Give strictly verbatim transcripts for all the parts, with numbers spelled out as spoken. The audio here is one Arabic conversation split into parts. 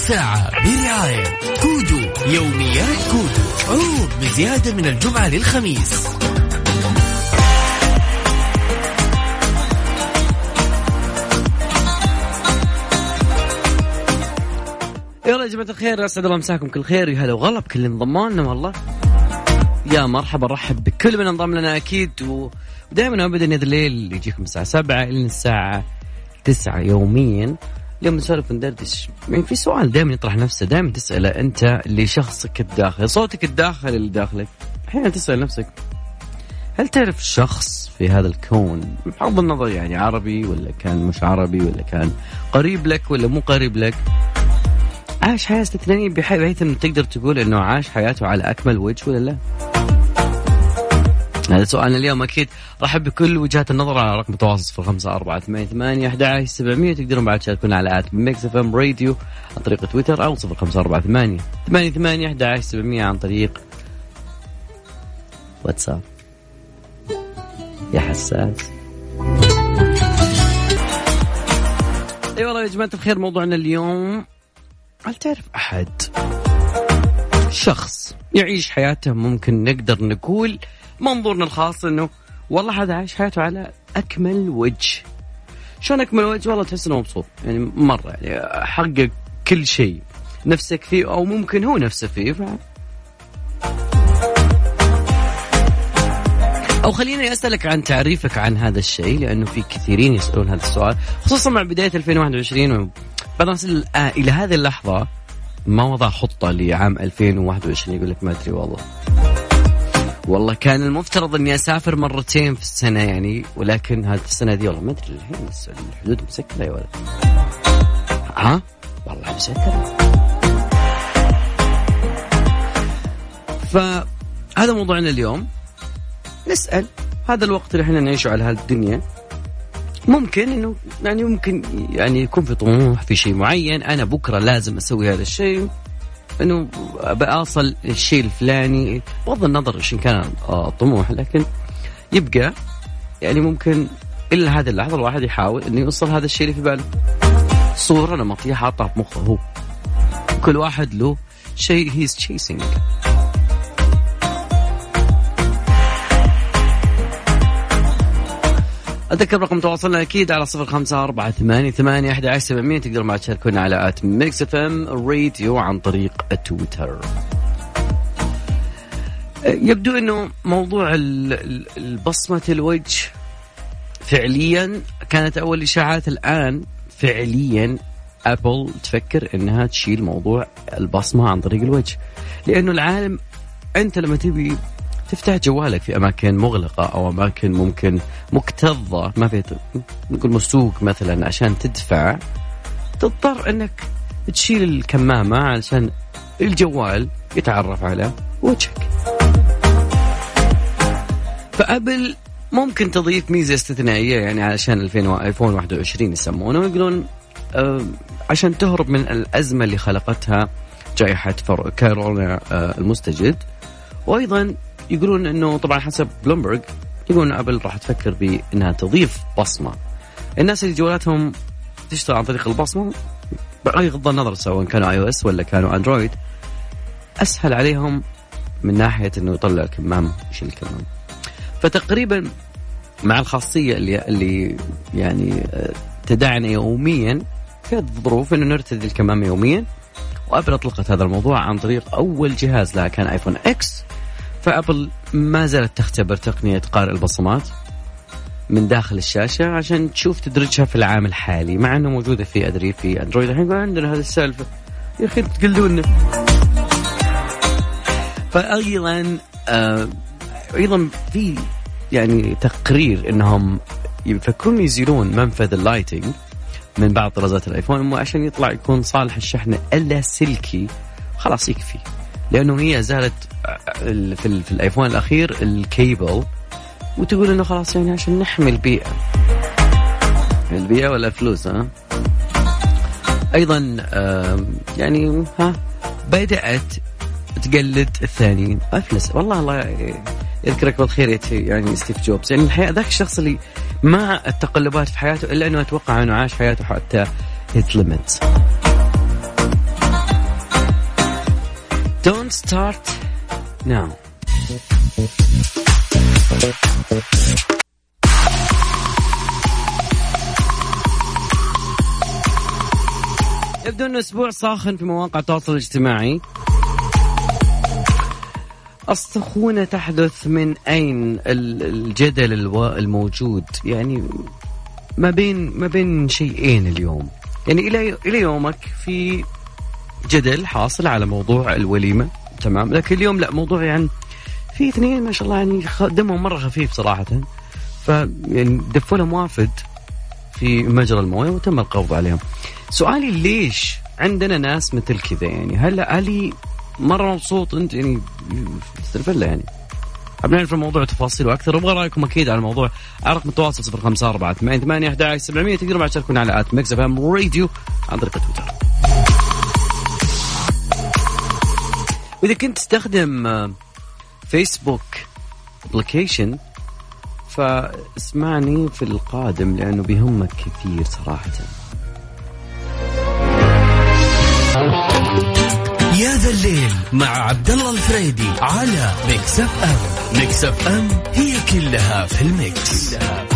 الساعة برعاية كودو، يوميات كودو، عروض بزيادة من الجمعة للخميس. يلا يا جماعة الخير، أسعد الله مساكم كل خير. يا هلا وغلا بكل انضموا لنا، والله يا مرحبا، رحب بكل من انضم لنا أكيد. ودائما أبدا هذا الليل يجيكم الساعة سبعة إلى الساعة تسعة يوميا. اليوم نسولف وندردش. يعني في سؤال دائما يطرح نفسه، دائما تسأله أنت لشخصك الداخلي، صوتك الداخلي اللي داخلك. أحيانا تسأل نفسك، هل تعرف شخص في هذا الكون بغض النظر يعني عربي ولا كان مش عربي، ولا كان قريب لك ولا مو قريب لك، عاش حياة استثنائية بحيث أنه تقدر تقول أنه عاش حياته على أكمل وجه ولا لا؟ هذا سؤالنا اليوم. أكيد رحب بكل وجهات النظر على رقم التواصل صفر خمسة أربعة ثمانية ثمانية أحد عشر سبعمية. تقدرون بعد تشاركونا على آت ميكس اف ام راديو عن طريق تويتر، أو صفر خمسة أربعة ثمانية ثمانية ثمانية أحد عشر سبعمية عن طريق واتساب. يا حساس. أي والله يا جماعة الخير، موضوعنا اليوم، هل تعرف أحد شخص يعيش حياته ممكن نقدر نقول منظورنا الخاص أنه والله هذا عايش حياته على أكمل وجه. شلون أكمل وجه؟ والله تحس أنه مبسوط يعني مرة، يعني حقق كل شيء نفسك فيه أو ممكن هو نفسه فيه. ف... أو خليني أسألك عن تعريفك عن هذا الشيء، لأنه في كثيرين يسألون هذا السؤال خصوصا مع بداية ألفين وواحد وعشرين. بعض الناس إلى هذه اللحظة ما وضع خطة لعام ألفين وواحد وعشرين، يقول لك ما أدري والله والله كان المفترض أني أسافر مرتين في السنة يعني، ولكن هذه السنة دي والله ما أدري الحين الحدود مسكرة يا ولد. ها والله مسكرة. فهذا موضوعنا اليوم. نسأل هذا الوقت اللي احنا نعيشه على هذه الدنيا، ممكن انه يعني ممكن يعني يكون في طموح في شيء معين، انا بكره لازم اسوي هذا الشيء، انه بأصل الشيء الفلاني، بغض النظر ايش كان طموح، لكن يبقى يعني ممكن الا هذه اللحظه الواحد يحاول انه يوصل هذا الشيء اللي في باله. صوره نمطيه حاطها في مخه هو، كل واحد له شيء هيز تشيسينج. أذكر رقم تواصلنا أكيد على صفر خمسة أربعة ثمانية ثمانية أحد عشر سبعمية. تقدروا معنا تشاركونا على آت ميكس اف ام راديو عن طريق التويتر. يبدو أنه موضوع البصمة الوجه فعليا كانت أول إشاعات، الآن فعليا أبل تفكر أنها تشيل موضوع البصمة عن طريق الوجه، لأنه العالم أنت لما تبي تفتح جوالك في أماكن مغلقة أو أماكن ممكن مكتظة ما في نقول مسوق مثلا، عشان تدفع تضطر أنك تشيل الكمامة علشان الجوال يتعرف على وجهك. فأبل ممكن تضيف ميزة استثنائية يعني علشان ألفين وواحد وعشرين يسمونه، ويقولون آه عشان تهرب من الأزمة اللي خلقتها جائحة كورونا آه المستجد. وأيضا يقولون أنه طبعا حسب بلومبرج يقولون أبل راح تفكر بأنها تضيف بصمة. الناس اللي جوالاتهم تشتغل عن طريق البصمة بغض النظر سواء كانوا آي أو إس ولا كانوا أندرويد، أسهل عليهم من ناحية أنه يطلع الكمام يشيل الكمام. فتقريبا مع الخاصية اللي, اللي يعني تدعنا يوميا في الظروف أنه نرتدي الكمام يوميا، وأبل أطلقت هذا الموضوع عن طريق أول جهاز لها كان آيفون إكس. فأبل ما زالت تختبر تقنية قارئ البصمات من داخل الشاشة عشان تشوف تدرجها في العام الحالي، مع أنه موجودة في أدري في أندرويد. الحين عندنا هذا السالفة يا أخي تقلدونا. فأيضا آه أيضا في يعني تقرير أنهم يفكرون يزيلون منفذ اللايتنج من بعض طرازات الآيفون عشان يطلع يكون صالح الشحن اللاسلكي. خلاص يكفي، لأنه هي زالت في, في الآيفون الأخير الكيبل، وتقول إنه خلاص يعني عشان نحمي البيئة البيئة ولا فلوس. ها أيضا يعني ها بدأت تقلد الثانيين. أفلس والله الله يذكرك بالخير يعني ستيف جوبز، يعني الحقيقة ذاك الشخص اللي مع التقلبات في حياته إلا أنه أتوقع أنه عاش حياته حتى هيت ليميت. Don't start now. يبدو أنه أسبوع صاخن في مواقع التواصل الاجتماعي. السخونة تحدث من أين؟ الجدل الموجود يعني ما بين ما بين شيئين اليوم، يعني إلى إلى يومك في جدل حاصل على موضوع الوليمة، تمام، لكن اليوم لا، موضوع يعني في اثنين ما شاء الله يعني دمهم مرة خفيف صراحة، فيعني دفوا لهم وافد في مجرى المويه وتم القبض عليهم. سؤالي ليش عندنا ناس مثل كذا؟ يعني هل علي مرة مبسوط أنت يعني تسترفله؟ يعني حاب نعرف الموضوع تفاصيل وأكثر، وابغى رأيكم أكيد على الموضوع. رقم التواصل صفر خمسة أربعة ثمانية ثمانية أحد عشر سبعمية. تقدروا بعد تشاركونا على آت ميكس إف إم راديو عن طريق تويتر. وإذا كنت تستخدم فيسبوك أبليكيشن فاسمعني في القادم لأنه بيهمك كثير صراحة. يا ذا الليل مع عبد الله الفريدي على ميكس إف إم. ميكس إف إم هي كلها في الميكس.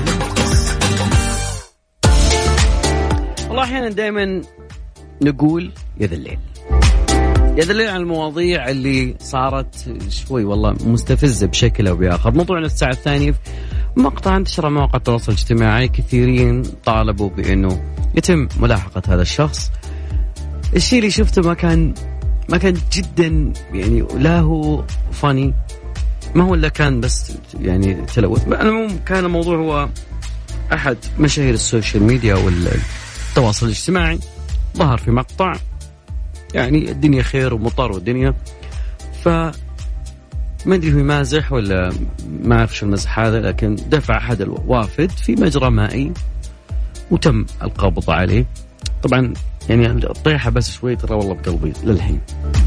والله أحيانا دائما نقول يا ذا الليل، يا ذا الليل عن المواضيع اللي صارت شوي والله مستفزة بشكل أو بآخر. موضوعنا الساعة الثانية مقطع انتشر مواقع التواصل الاجتماعي، كثيرين طالبوا بأنه يتم ملاحقة هذا الشخص. الشيء اللي شفته ما كان ما كان جدا يعني لا هو فاني، ما هو إلا كان بس يعني تلوث. المهم كان الموضوع هو أحد مشاهير السوشيال ميديا والتواصل الاجتماعي ظهر في مقطع، يعني الدنيا خير ومطر والدنيا، ف ما أدري هو مازح ولا ما أعرف شو المزح هذا، لكن دفع أحد الوافد في مجرى مائي وتم القبض عليه. طبعا يعني الطيحة بس شوي ترى والله بقلبي للحين.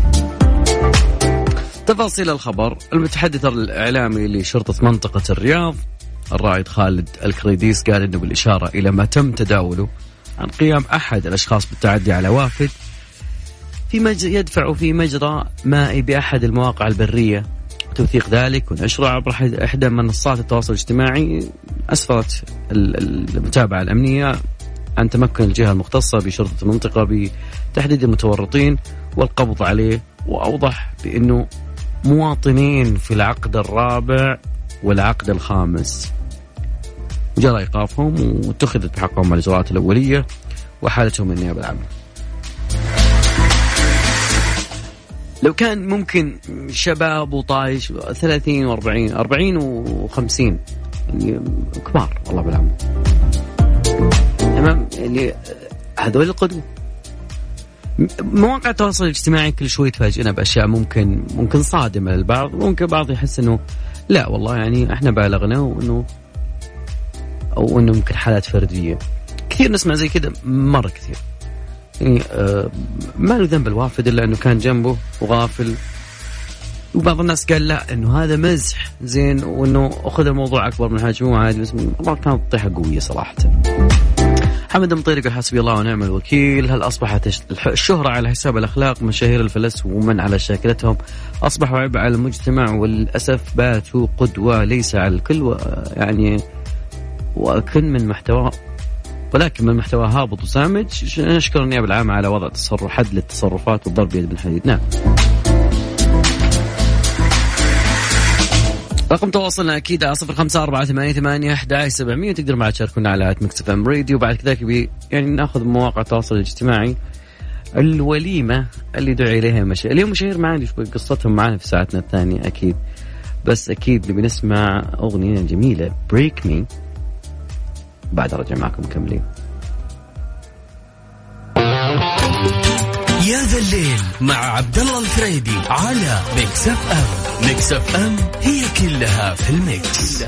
تفاصيل الخبر: المتحدث الإعلامي لشرطة منطقة الرياض الرائد خالد الكريديس قال إنه بالإشارة إلى ما تم تداوله عن قيام أحد الأشخاص بالتعدي على وافد في مج... يدفع في مجرى مائي بأحد المواقع البرية، توثيق ذلك ونشره عبر إحدى منصات التواصل الاجتماعي أسفرت المتابعة الأمنية عن تمكن الجهة المختصة بشرطة المنطقة بتحديد المتورطين والقبض عليه. وأوضح بأنه مواطنين في العقد الرابع والعقد الخامس جرى إيقافهم واتخذت بحقهم الإجراءات الأولية وحالتهم النيابة العامة. لو كان ممكن شباب وطايش ثلاثين وأربعين أربعين وخمسين يعني كبار والله بالعمر، تمام، يعني هذول القدوة. مواقع التواصل الاجتماعي كل شوي تفاجئنا بأشياء ممكن ممكن صادمة للبعض، ممكن بعض يحس إنه لا والله يعني إحنا بالغنا، وإنه أو إنه ممكن حالات فردية. كثير نسمع زي كده مرة كثير، يعني آه ما له ذنب الوافد إلا أنه كان جنبه وغافل. وبعض الناس قال لا إنه هذا مزح زين، وإنه أخذ الموضوع أكبر من هاجمه عادي، بس والله كانت طيحة قوية صراحة. حمد مطيري قال حسبي الله ونعم الوكيل. هل أصبحت الشهرة على حساب الأخلاق؟ مشاهير الفلس ومن على شاكلتهم أصبحوا عبء على المجتمع، وللأسف باتوا قدوة ليس على الكل، يعني وأكن من محتوى ولكن من محتوى هابط وسامج. نشكر النيابة العامة على وضع تصرف حد للتصرفات والضرب يد بالحديد. نعم. رقم تواصلنا أكيد على صفر خمسة أربعة ثمانية ثمانية أحد عشر سبعمية. تقدر معنا تشاركونا على آت ميكس إف إم راديو. بعد كذا كبي يعني نأخذ مواقع التواصل الاجتماعي. الوليمة اللي دعي إليها مشاهير اليوم، مشاهير معنا شوي قصتهم معنا في ساعتنا الثانية أكيد، بس أكيد نبي نسمع أغنية جميلة بريك مي، بعد رجع معكم مكملين. يا ذا الليل مع عبد الله الفريدي على ميكس إف إم. ميكس إف إم هي كلها في الميكس.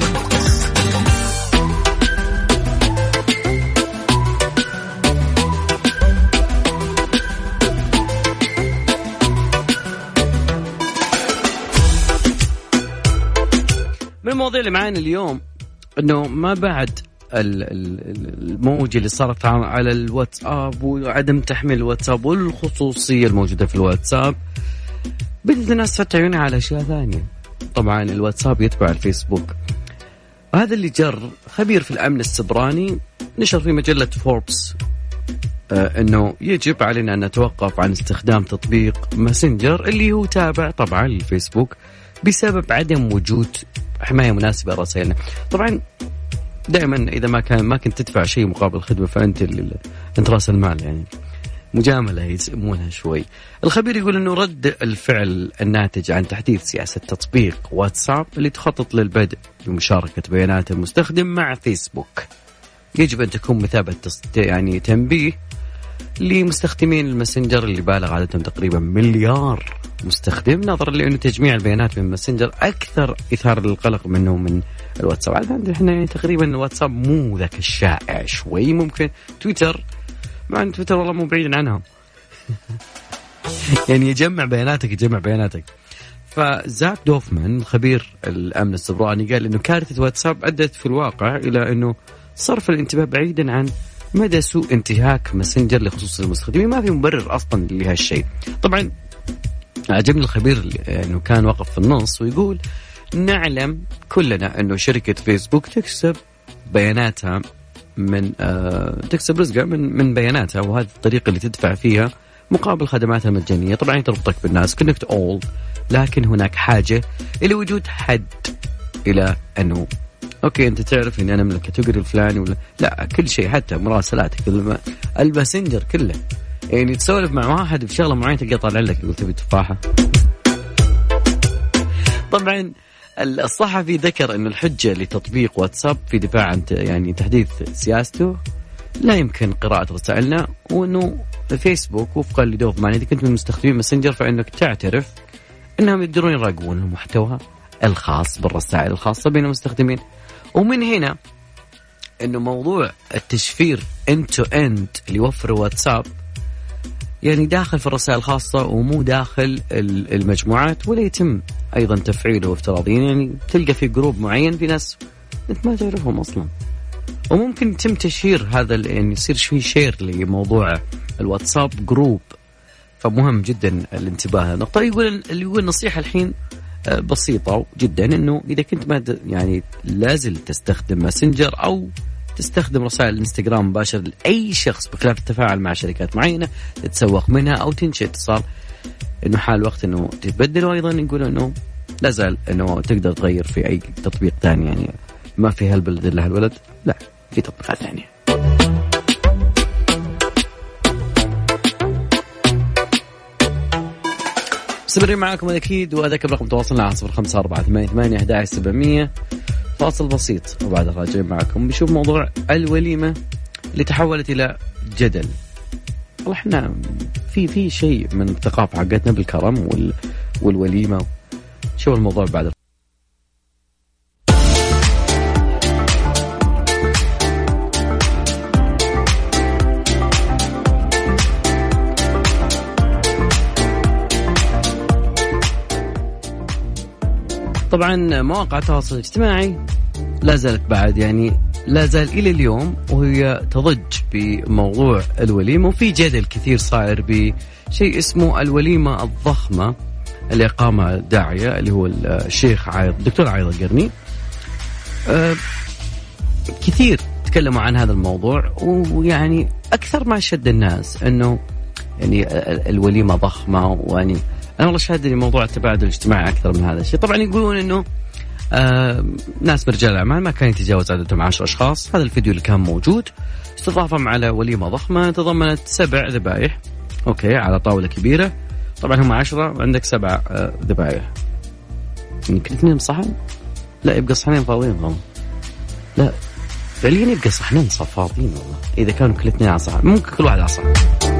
من المواضيع اللي معانا اليوم انه ما بعد الموجة اللي صارت على الواتساب وعدم تحميل الواتساب والخصوصية الموجودة في الواتساب، بدأت الناس تفتح عيونها على أشياء ثانية. طبعا الواتساب يتبع الفيسبوك، وهذا اللي جر خبير في الأمن السبراني نشر في مجلة فوربس آه أنه يجب علينا أن نتوقف عن استخدام تطبيق ماسنجر اللي هو تابع طبعا للفيسبوك بسبب عدم وجود حماية مناسبة لرسائلنا. طبعا دائما إذا ما كان ما كنت تدفع شيء مقابل خدمة فأنت أنت رأس المال، يعني مجاملة يسمونها شوي. الخبير يقول أنه رد الفعل الناتج عن تحديث سياسة تطبيق واتساب اللي تخطط للبدء بمشاركة بيانات المستخدم مع فيسبوك يجب أن تكون مثابة يعني تنبيه لمستخدمين الماسنجر اللي بالغ عددهم تقريبا مليار مستخدم، نظرا لأنه تجميع البيانات من الماسنجر أكثر إثارة للقلق منه من الواتساب. عندنا احنا يعني تقريبا الواتساب مو ذاك الشائع شوي، ممكن تويتر، مع أن تويتر والله مو بعيد عنهم يعني يجمع بياناتك يجمع بياناتك. فزاك دوفمان خبير الأمن السبراني قال إنه كارثة واتساب أدت في الواقع إلى إنه صرف الانتباه بعيدا عن مدى سوء انتهاك ماسنجر لخصوص المستخدمين. ما في مبرر أصلا لهالشيء. طبعا عجبني الخبير إنه كان وقف في النص ويقول نعلم كلنا إنه شركة فيسبوك تكسب بياناتها من آه تكسب رزقها من من بياناتها، وهذه الطريقة اللي تدفع فيها مقابل خدماتها المجانية. طبعا تربطك بالناس كونكت أول، لكن هناك حاجة إلى وجود حد إلى أنه أوكي أنت تعرف إن أنا من الكاتيجوري الفلاني ولا لا، كل شيء حتى مراسلاتك الماسنجر كله، يعني تسولف مع واحد بشغلة معينة تلقى طالع لك يقول تبي تفاحة. طبعا الصحفي ذكر أن الحجة لتطبيق واتساب في دفاع عن يعني تحديث سياسته لا يمكن قراءة رسائلنا، وأنه فيسبوك وفقا لدوفمان إذا كنت من مستخدمين ماسنجر فإنك تعترف أنهم يقدرون يراقبون المحتوى الخاص بالرسائل الخاصة بين المستخدمين. ومن هنا أنه موضوع التشفير end to end اللي يوفر واتساب يعني داخل في الرسائل الخاصة ومو داخل المجموعات، ولا يتم أيضا تفعيله افتراضيا. يعني تلقى في جروب معين في ناس أنت ما تعرفهم أصلا، وممكن يتم تشهير هذا يعني يصير فيه شير لموضوع الواتساب جروب. فمهم جدا الانتباه نقطة. يقول اللي يقول نصيحة الحين بسيطة جدا إنه إذا كنت ما يعني لازل تستخدم ماسنجر أو تستخدم رسائل الانستغرام مباشر لأي شخص بخلاف التفاعل مع شركات معينة تتسوق منها أو تنشئ اتصال، إنه حال وقت إنه تتبدل. وأيضا يقول إنه لازال إنه تقدر تغير في أي تطبيق ثاني، يعني ما في هالبلد إلا هالولد، لا في تطبيقات ثانية. مستمرين معاكم أكيد، وأذكر رقم تواصلنا على صفر خمسة أربعة ثمانية ثمانية أحد عشر سبعمية. فاصل بسيط وبعد راجعين معكم بنشوف موضوع الوليمة اللي تحولت إلى جدل. والله إحنا في في شيء من الثقافة حقتنا بالكرم وال والوليمة. شوف الموضوع بعد. طبعا مواقع التواصل الاجتماعي لا زالت بعد يعني لا زال إلى اليوم وهي تضج بموضوع الوليمة، وفي جدل كثير صاير بشيء اسمه الوليمة الضخمة اللي قام داعية اللي هو الشيخ عايض الدكتور عايض القرني. أه كثير تكلموا عن هذا الموضوع، ويعني أكثر ما شد الناس أنه يعني الوليمة ضخمة، ويعني أنا والله شاهد لي موضوع التباعد الاجتماعي أكثر من هذا الشيء. طبعا يقولون إنه آه ناس برجال أعمال ما كان يتجاوز عددهم عشر أشخاص. هذا الفيديو اللي كان موجود استضافهم على وليمة ضخمة تضمنت سبع ذبائح أوكي على طاولة كبيرة. طبعا هم عشرة عندك سبع آه ذبائح، يعني كل اثنين صحن؟ لا يبقى صحنين فاضيين والله. لا فعليا يبقى صحنين فاضيين والله إذا كانوا كل اثنين على صحن، ممكن كل واحد على صحن.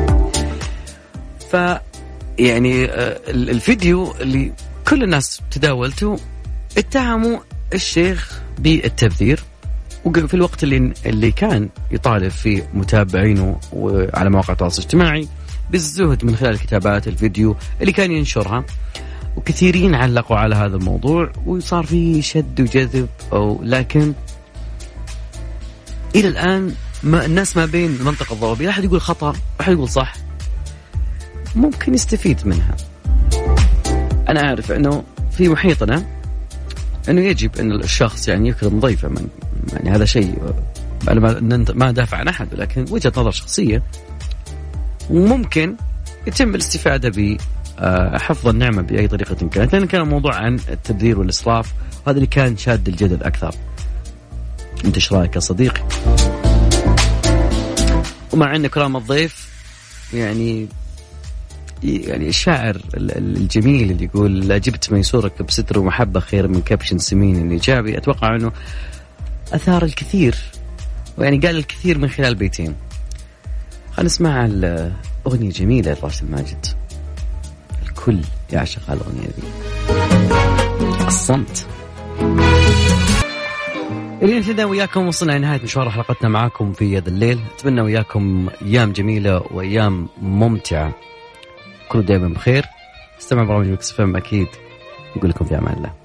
ف يعني الفيديو اللي كل الناس تداولته اتهموا الشيخ بالتبذير، وفي الوقت اللي اللي كان يطالب فيه متابعينه وعلى مواقع التواصل الاجتماعي بالزهد من خلال كتابات الفيديو اللي كان ينشرها. وكثيرين علقوا على هذا الموضوع وصار فيه شد وجذب، أو لكن إلى الآن ما الناس ما بين منطقة الضوابط، أحد يقول خطأ أحد يقول صح، ممكن يستفيد منها. أنا أعرف أنه في محيطنا أنه يجب أن الشخص يعني يكرم ضيفه، من يعني هذا شيء أنا ما دافع عن أحد، لكن وجهة نظر شخصية، وممكن يتم الاستفادة بحفظ النعمة بأي طريقة كانت، لأن كان الموضوع عن التبذير والإسراف، وهذا اللي كان شاد الجدل أكثر. أنت إيش رأيك يا صديقي؟ ومع أن كرام الضيف يعني يعني الشاعر الجميل اللي يقول لا جبت ميسورك بستر ومحبة خير من كبش سمين إيجابي، أتوقع أنه أثار الكثير، ويعني قال الكثير من خلال بيتين. خلينا نسمع الأغنية جميلة لراشد ماجد، الكل يعشق هالأغنية دي، الصمت. اللي انتدى وياكم وصلنا لنهاية مشوار حلقتنا معاكم في يد الليل. أتمنى وياكم أيام جميلة وأيام ممتعة، كل دائما بخير. استمع برامج مكس إف إم أكيد. نقول لكم في أمان الله.